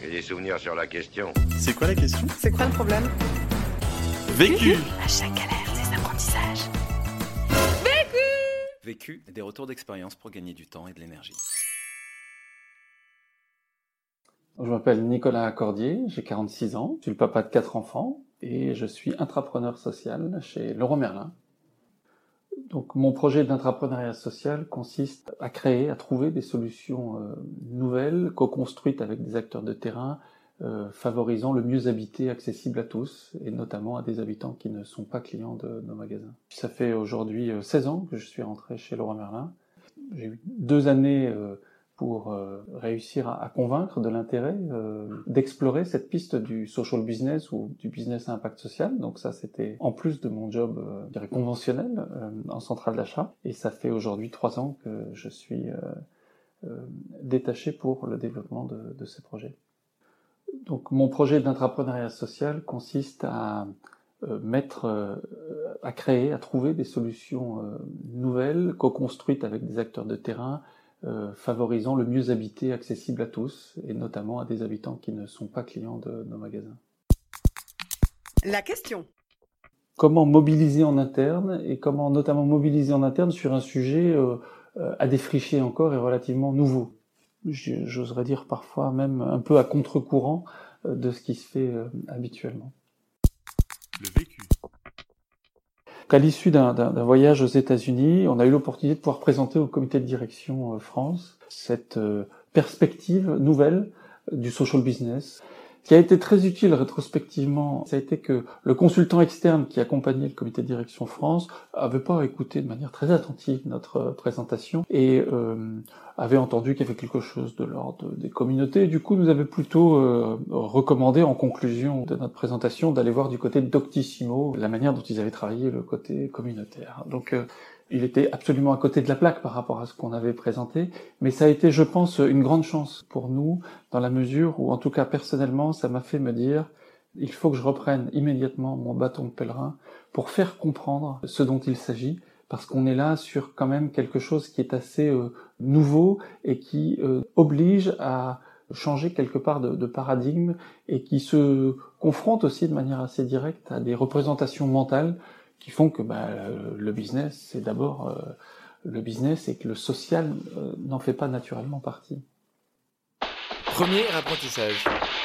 J'ai des souvenirs sur la question. C'est quoi la question? C'est quoi le problème? Vécu. À chaque galère, des apprentissages. Vécu, des retours d'expérience pour gagner du temps et de l'énergie. Je m'appelle Nicolas Cordier, j'ai 46 ans, je suis le papa de 4 enfants et je suis intrapreneur social chez Leroy Merlin. Donc mon projet d'intrapreneuriat social consiste à créer, à trouver des solutions nouvelles, co-construites avec des acteurs de terrain, favorisant le mieux habité accessible à tous, et notamment à des habitants qui ne sont pas clients de nos magasins. Ça fait aujourd'hui 16 ans que je suis rentré chez Leroy Merlin. J'ai eu 2 années pour réussir à convaincre de l'intérêt d'explorer cette piste du social business ou du business à impact social. Donc ça, c'était en plus de mon job je dirais conventionnel en centrale d'achat. Et ça fait aujourd'hui 3 ans que je suis détaché pour le développement de ces projets. Donc mon projet d'intrapreneuriat social consiste à à créer, à trouver des solutions nouvelles, co-construites avec des acteurs de terrain, favorisant le mieux habité accessible à tous, et notamment à des habitants qui ne sont pas clients de nos magasins. La question. Comment mobiliser en interne, et comment notamment mobiliser en interne sur un sujet à défricher encore et relativement nouveau. J'oserais dire parfois même un peu à contre-courant de ce qui se fait habituellement. Le vécu. À l'issue d'un voyage aux États-Unis, on a eu l'opportunité de pouvoir présenter au comité de direction France cette perspective nouvelle du social business. Ce qui a été très utile rétrospectivement, ça a été que le consultant externe qui accompagnait le comité de direction France avait pas écouté de manière très attentive notre présentation et avait entendu qu'il y avait quelque chose de l'ordre des communautés. Du coup, nous avait plutôt recommandé en conclusion de notre présentation d'aller voir du côté de Doctissimo la manière dont ils avaient travaillé le côté communautaire. Donc il était absolument à côté de la plaque par rapport à ce qu'on avait présenté, mais ça a été, je pense, une grande chance pour nous, dans la mesure où, en tout cas personnellement, ça m'a fait me dire il faut que je reprenne immédiatement mon bâton de pèlerin pour faire comprendre ce dont il s'agit, parce qu'on est là sur quand même quelque chose qui est assez nouveau et qui oblige à changer quelque part de paradigme et qui se confronte aussi de manière assez directe à des représentations mentales qui font que le business, c'est d'abord le business et que le social n'en fait pas naturellement partie. Premier apprentissage.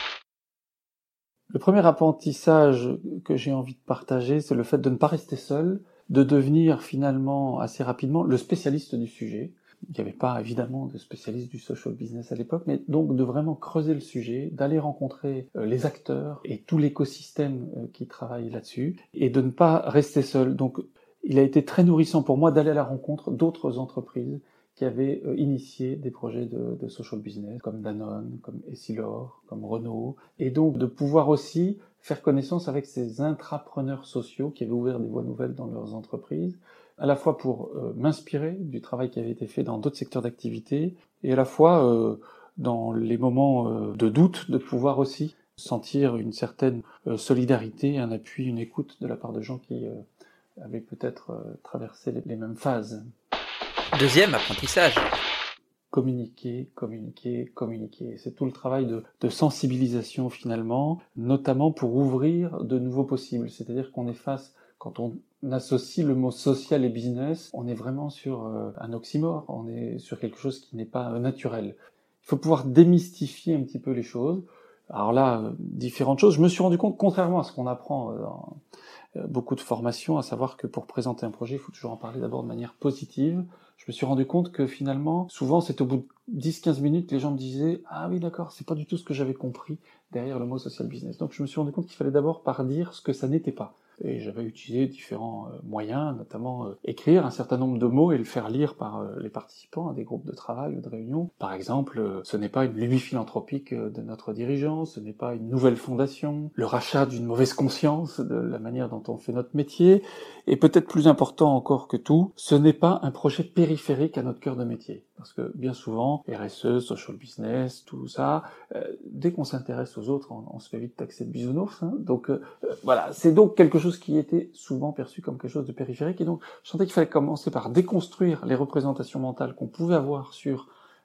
Le premier apprentissage que j'ai envie de partager, c'est le fait de ne pas rester seul, de devenir finalement assez rapidement le spécialiste du sujet. Il n'y avait pas évidemment de spécialiste du social business à l'époque, mais donc de vraiment creuser le sujet, d'aller rencontrer les acteurs et tout l'écosystème qui travaille là-dessus, et de ne pas rester seul. Donc il a été très nourrissant pour moi d'aller à la rencontre d'autres entreprises qui avaient initié des projets de social business, comme Danone, comme Essilor, comme Renault, et donc de pouvoir aussi faire connaissance avec ces intrapreneurs sociaux qui avaient ouvert des voies nouvelles dans leurs entreprises, à la fois pour m'inspirer du travail qui avait été fait dans d'autres secteurs d'activité, et à la fois dans les moments de doute, de pouvoir aussi sentir une certaine solidarité, un appui, une écoute de la part de gens qui avaient peut-être traversé les mêmes phases. Deuxième apprentissage. Communiquer. C'est tout le travail de sensibilisation finalement, notamment pour ouvrir de nouveaux possibles. C'est-à-dire qu'on est face, quand on associe le mot social et business, on est vraiment sur un oxymore, on est sur quelque chose qui n'est pas naturel. Il faut pouvoir démystifier un petit peu les choses. Alors là, différentes choses. Je me suis rendu compte, contrairement à ce qu'on apprend dans beaucoup de formations, à savoir que pour présenter un projet, il faut toujours en parler d'abord de manière positive. Je me suis rendu compte que finalement, souvent, c'est au bout de 10-15 minutes que les gens me disaient « Ah oui, d'accord, c'est pas du tout ce que j'avais compris derrière le mot social business ». Donc je me suis rendu compte qu'il fallait d'abord dire ce que ça n'était pas. Et j'avais utilisé différents moyens, notamment écrire un certain nombre de mots et le faire lire par les participants à des groupes de travail ou de réunion. Par exemple, ce n'est pas une lubie philanthropique de notre dirigeant, ce n'est pas une nouvelle fondation, le rachat d'une mauvaise conscience de la manière dont on fait notre métier, et peut-être plus important encore que tout, ce n'est pas un projet périphérique à notre cœur de métier. Parce que bien souvent, RSE, social business, tout ça, dès qu'on s'intéresse aux autres, on se fait vite taxer de bisounours. Hein. Donc voilà, c'est donc quelque chose qui était souvent perçu comme quelque chose de périphérique. Et donc je sentais qu'il fallait commencer par déconstruire les représentations mentales qu'on pouvait avoir sur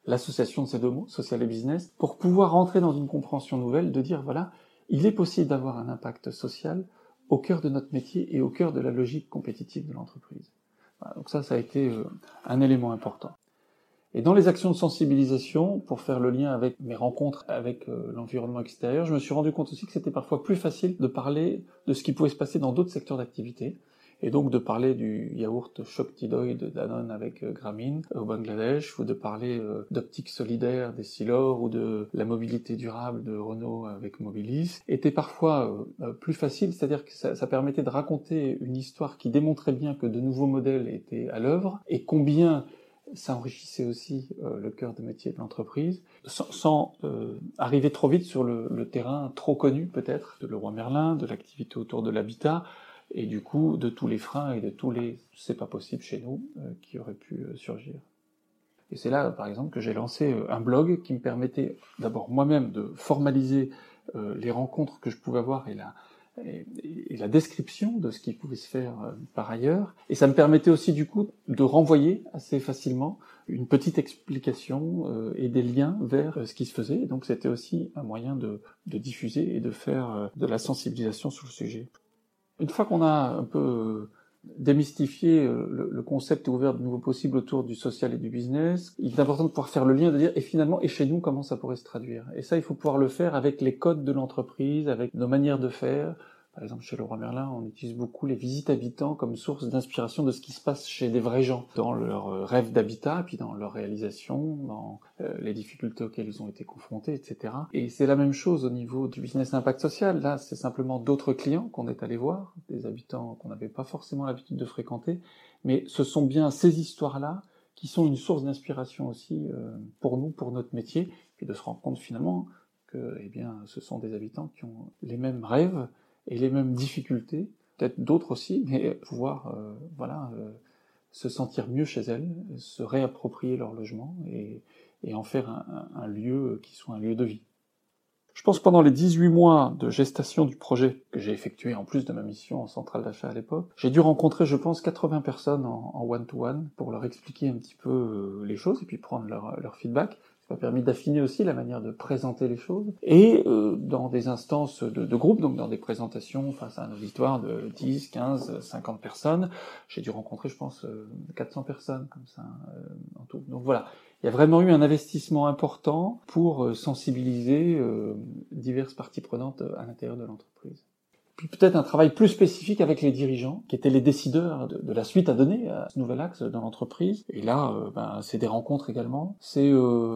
l'association de ces deux mots, social et business, pour pouvoir rentrer dans une compréhension nouvelle, de dire, voilà, il est possible d'avoir un impact social au cœur de notre métier et au cœur de la logique compétitive de l'entreprise. Voilà, donc ça a été un élément important. Et dans les actions de sensibilisation, pour faire le lien avec mes rencontres avec l'environnement extérieur, je me suis rendu compte aussi que c'était parfois plus facile de parler de ce qui pouvait se passer dans d'autres secteurs d'activité, et donc de parler du yaourt Choc Tidoï de Danone avec Grameen au Bangladesh, ou de parler d'optique solidaire des Silor, ou de la mobilité durable de Renault avec Mobilis, était parfois plus facile, c'est-à-dire que ça permettait de raconter une histoire qui démontrait bien que de nouveaux modèles étaient à l'œuvre, et combien ça enrichissait aussi le cœur de métier de l'entreprise, sans arriver trop vite sur le terrain trop connu peut-être de Leroy Merlin, de l'activité autour de l'habitat, et du coup de tous les freins et de tous les « c'est pas possible chez nous » qui auraient pu surgir. Et c'est là, par exemple, que j'ai lancé un blog qui me permettait d'abord moi-même de formaliser les rencontres que je pouvais avoir et la description de ce qui pouvait se faire par ailleurs. Et ça me permettait aussi, du coup, de renvoyer assez facilement une petite explication et des liens vers ce qui se faisait. Et donc c'était aussi un moyen de diffuser et de faire de la sensibilisation sur le sujet. Une fois qu'on a un peu démystifié le concept et ouvert de nouveaux possibles autour du social et du business, il est important de pouvoir faire le lien, de dire, et finalement, et chez nous, comment ça pourrait se traduire? Et ça, il faut pouvoir le faire avec les codes de l'entreprise, avec nos manières de faire. Par exemple, chez Leroy Merlin, on utilise beaucoup les visites habitants comme source d'inspiration de ce qui se passe chez des vrais gens, dans leurs rêves d'habitat, puis dans leur réalisation, dans les difficultés auxquelles ils ont été confrontés, etc. Et c'est la même chose au niveau du business impact social. Là, c'est simplement d'autres clients qu'on est allé voir, des habitants qu'on n'avait pas forcément l'habitude de fréquenter, mais ce sont bien ces histoires-là qui sont une source d'inspiration aussi pour nous, pour notre métier, et de se rendre compte finalement que, eh bien, ce sont des habitants qui ont les mêmes rêves et les mêmes difficultés, peut-être d'autres aussi, mais pouvoir se sentir mieux chez elles, se réapproprier leur logement et en faire un lieu qui soit un lieu de vie. Je pense que pendant les 18 mois de gestation du projet que j'ai effectué en plus de ma mission en centrale d'achat à l'époque, j'ai dû rencontrer, je pense, 80 personnes en one-to-one pour leur expliquer un petit peu les choses et puis prendre leur feedback. Ça m'a permis d'affiner aussi la manière de présenter les choses. Et dans des instances de groupe, donc dans des présentations face à un auditoire de 10, 15, 50 personnes, j'ai dû rencontrer, je pense, 400 personnes comme ça en tout. Donc voilà, il y a vraiment eu un investissement important pour sensibiliser diverses parties prenantes à l'intérieur de l'entreprise. Puis peut-être un travail plus spécifique avec les dirigeants, qui étaient les décideurs de la suite à donner à ce nouvel axe dans l'entreprise. Et là, c'est des rencontres également. C'est,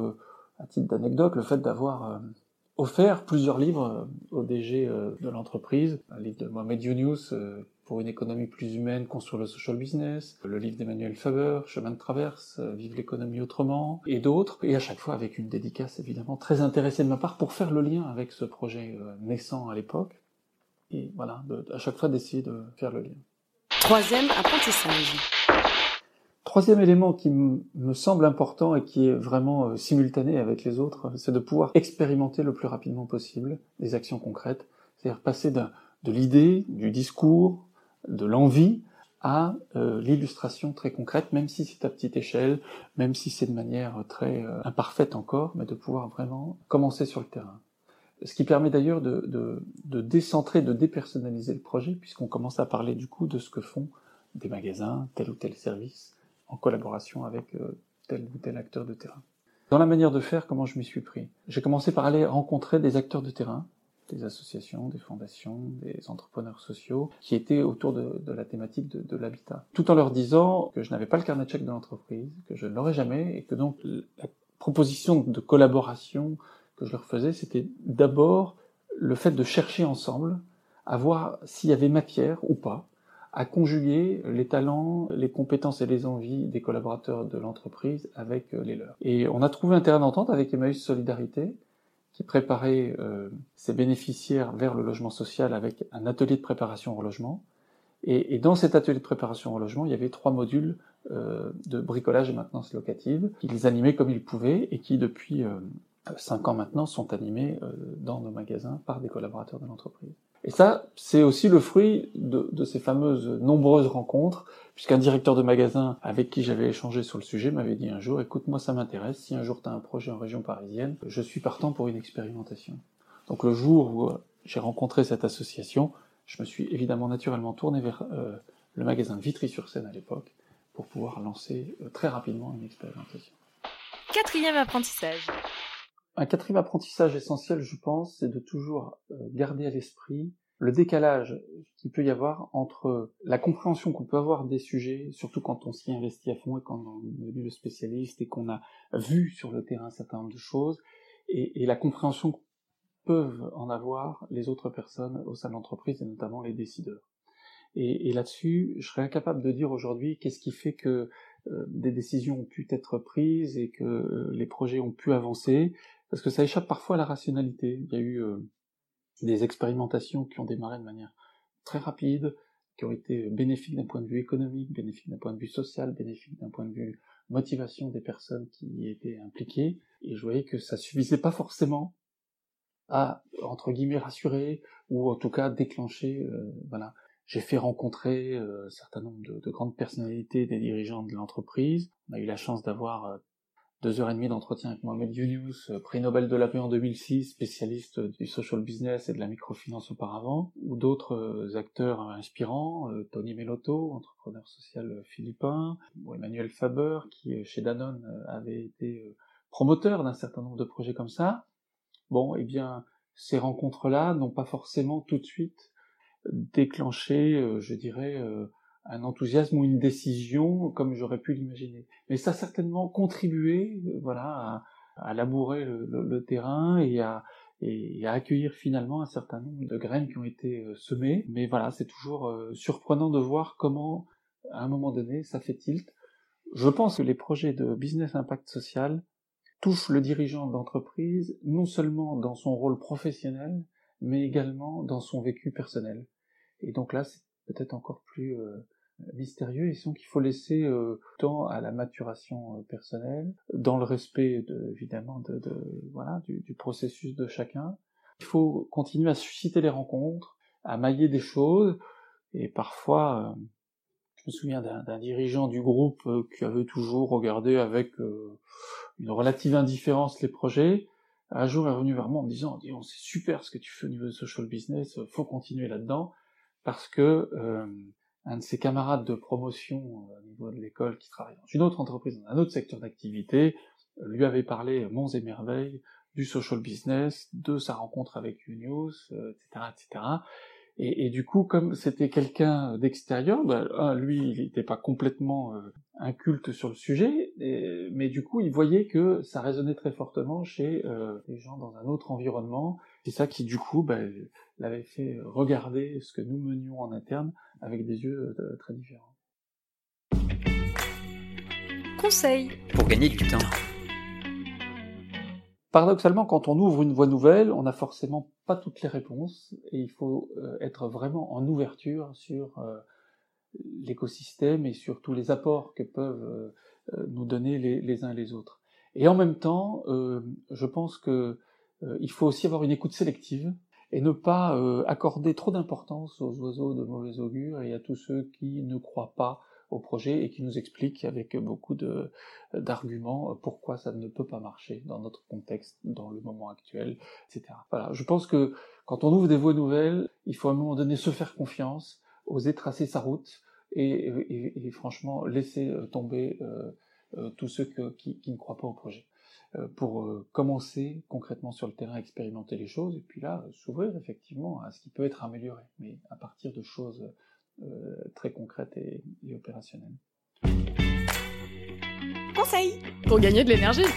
à titre d'anecdote, le fait d'avoir offert plusieurs livres au DG de l'entreprise. Un livre de Mohamed Younous, pour une économie plus humaine, construire le social business, le livre d'Emmanuel Faber, Chemin de traverse, Vive l'économie autrement, et d'autres, et à chaque fois avec une dédicace évidemment très intéressée de ma part pour faire le lien avec ce projet naissant à l'époque, et voilà, à chaque fois d'essayer de faire le lien. Troisième apprentissage. Troisième élément qui me semble important et qui est vraiment simultané avec les autres, c'est de pouvoir expérimenter le plus rapidement possible des actions concrètes, c'est-à-dire passer de l'idée, du discours, de l'envie à l'illustration très concrète, même si c'est à petite échelle, même si c'est de manière très imparfaite encore, mais de pouvoir vraiment commencer sur le terrain. Ce qui permet d'ailleurs de décentrer, de dépersonnaliser le projet, puisqu'on commence à parler du coup de ce que font des magasins, tel ou tel service, en collaboration avec tel ou tel acteur de terrain. Dans la manière de faire, comment je m'y suis pris? J'ai commencé par aller rencontrer des acteurs de terrain, des associations, des fondations, des entrepreneurs sociaux, qui étaient autour de la thématique de l'habitat. Tout en leur disant que je n'avais pas le carnet de chèques de l'entreprise, que je ne l'aurais jamais, et que donc la proposition de collaboration que je leur faisais, c'était d'abord le fait de chercher ensemble, à voir s'il y avait matière ou pas, à conjuguer les talents, les compétences et les envies des collaborateurs de l'entreprise avec les leurs. Et on a trouvé un terrain d'entente avec Emmaüs Solidarité, qui préparait ses bénéficiaires vers le logement social avec un atelier de préparation au logement. Et dans cet atelier de préparation au logement, il y avait 3 modules de bricolage et maintenance locative, qu'ils animaient comme ils pouvaient, et qui, depuis 5 ans maintenant, sont animés dans nos magasins par des collaborateurs de l'entreprise. Et ça, c'est aussi le fruit de ces fameuses nombreuses rencontres, puisqu'un directeur de magasin avec qui j'avais échangé sur le sujet m'avait dit un jour, écoute, moi ça m'intéresse, si un jour tu as un projet en région parisienne, je suis partant pour une expérimentation. Donc le jour où j'ai rencontré cette association, je me suis évidemment naturellement tourné vers le magasin de Vitry-sur-Seine à l'époque, pour pouvoir lancer très rapidement une expérimentation. 4e apprentissage. Un 4e apprentissage essentiel, je pense, c'est de toujours garder à l'esprit le décalage qu'il peut y avoir entre la compréhension qu'on peut avoir des sujets, surtout quand on s'y investit à fond et quand on est devenu le spécialiste et qu'on a vu sur le terrain un certain nombre de choses, et la compréhension que peuvent en avoir les autres personnes au sein de l'entreprise, et notamment les décideurs. Et là-dessus, je serais incapable de dire aujourd'hui qu'est-ce qui fait que des décisions ont pu être prises et que les projets ont pu avancer, parce que ça échappe parfois à la rationalité. Il y a eu des expérimentations qui ont démarré de manière très rapide, qui ont été bénéfiques d'un point de vue économique, bénéfiques d'un point de vue social, bénéfiques d'un point de vue motivation des personnes qui y étaient impliquées, et je voyais que ça suffisait pas forcément à, entre guillemets, rassurer, ou en tout cas déclencher, voilà. J'ai fait rencontrer un certain nombre de grandes personnalités des dirigeants de l'entreprise. On a eu la chance d'avoir 2h30 d'entretien avec Mohamed Younous, prix Nobel de la paix en 2006, spécialiste du social business et de la microfinance auparavant, ou d'autres acteurs inspirants, Tony Melotto, entrepreneur social philippin, ou Emmanuel Faber, qui chez Danone avait été promoteur d'un certain nombre de projets comme ça. Bon, eh bien, ces rencontres-là n'ont pas forcément tout de suite déclenché, je dirais, un enthousiasme ou une décision comme j'aurais pu l'imaginer. Mais ça a certainement contribué, voilà, à labourer le terrain et à accueillir finalement un certain nombre de graines qui ont été semées. Mais voilà, c'est toujours surprenant de voir comment, à un moment donné, ça fait tilt. Je pense que les projets de business impact social touchent le dirigeant d'entreprise non seulement dans son rôle professionnel, mais également dans son vécu personnel. Et donc là, c'est peut-être encore plus mystérieux, et donc il faut laisser temps à la maturation personnelle, dans le respect évidemment voilà, du processus de chacun. Il faut continuer à susciter les rencontres, à mailler des choses, et parfois, je me souviens d'un dirigeant du groupe qui avait toujours regardé avec une relative indifférence les projets. Un jour, il est revenu vers moi en me disant, c'est super ce que tu fais au niveau de social business, faut continuer là-dedans, parce que un de ses camarades de promotion au niveau de l'école qui travaille dans une autre entreprise, dans un autre secteur d'activité, lui avait parlé monts et merveilles du social business, de sa rencontre avec Younous, etc., etc. Et du coup, comme c'était quelqu'un d'extérieur, lui, il n'était pas complètement inculte sur le sujet, mais du coup, il voyait que ça résonnait très fortement chez des gens dans un autre environnement. C'est ça qui, du coup, l'avait fait regarder ce que nous menions en interne avec des yeux très différents. Conseil pour gagner du temps. Paradoxalement, quand on ouvre une voie nouvelle, on n'a forcément pas toutes les réponses, et il faut être vraiment en ouverture sur l'écosystème et sur tous les apports que peuvent nous donner les uns et les autres. Et en même temps, je pense que il faut aussi avoir une écoute sélective, et ne pas accorder trop d'importance aux oiseaux de mauvais augure et à tous ceux qui ne croient pas au projet et qui nous expliquent avec beaucoup d'arguments pourquoi ça ne peut pas marcher dans notre contexte, dans le moment actuel, etc. Voilà, je pense que quand on ouvre des voies nouvelles, il faut à un moment donné se faire confiance, oser tracer sa route et franchement laisser tomber tous ceux qui ne croient pas au projet. Pour commencer concrètement sur le terrain à expérimenter les choses, et puis là, s'ouvrir effectivement à ce qui peut être amélioré, mais à partir de choses très concrètes et opérationnelles. Conseil pour gagner de l'énergie.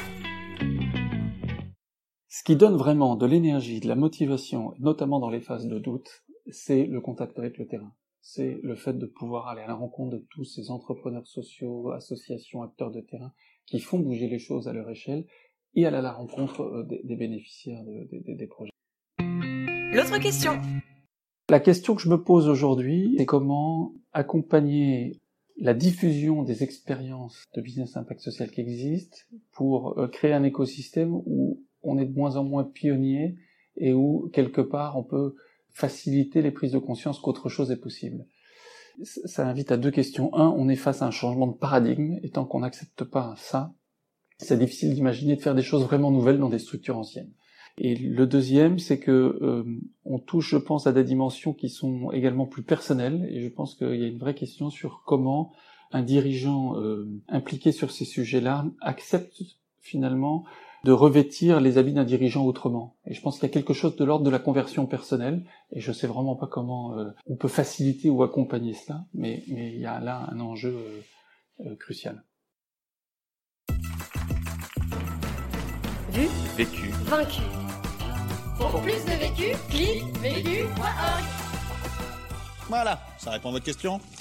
Ce qui donne vraiment de l'énergie, de la motivation, notamment dans les phases de doute, c'est le contact avec le terrain. C'est le fait de pouvoir aller à la rencontre de tous ces entrepreneurs sociaux, associations, acteurs de terrain, qui font bouger les choses à leur échelle, et aller à la rencontre des bénéficiaires des projets. L'autre question. La question que je me pose aujourd'hui, c'est comment accompagner la diffusion des expériences de business impact social qui existent pour créer un écosystème où on est de moins en moins pionnier et où, quelque part, on peut faciliter les prises de conscience qu'autre chose est possible. Ça invite à 2 questions. 1, on est face à un changement de paradigme, et tant qu'on n'accepte pas ça, c'est difficile d'imaginer de faire des choses vraiment nouvelles dans des structures anciennes. Et le deuxième, c'est que on touche, je pense, à des dimensions qui sont également plus personnelles, et je pense qu'il y a une vraie question sur comment un dirigeant impliqué sur ces sujets-là accepte finalement de revêtir les habits d'un dirigeant autrement. Et je pense qu'il y a quelque chose de l'ordre de la conversion personnelle, et je sais vraiment pas comment on peut faciliter ou accompagner cela, mais il y a là un enjeu crucial. Vu, Vécu. vaincu. Pour plus de vécu, clique vécu.org. Voilà, ça répond à votre question.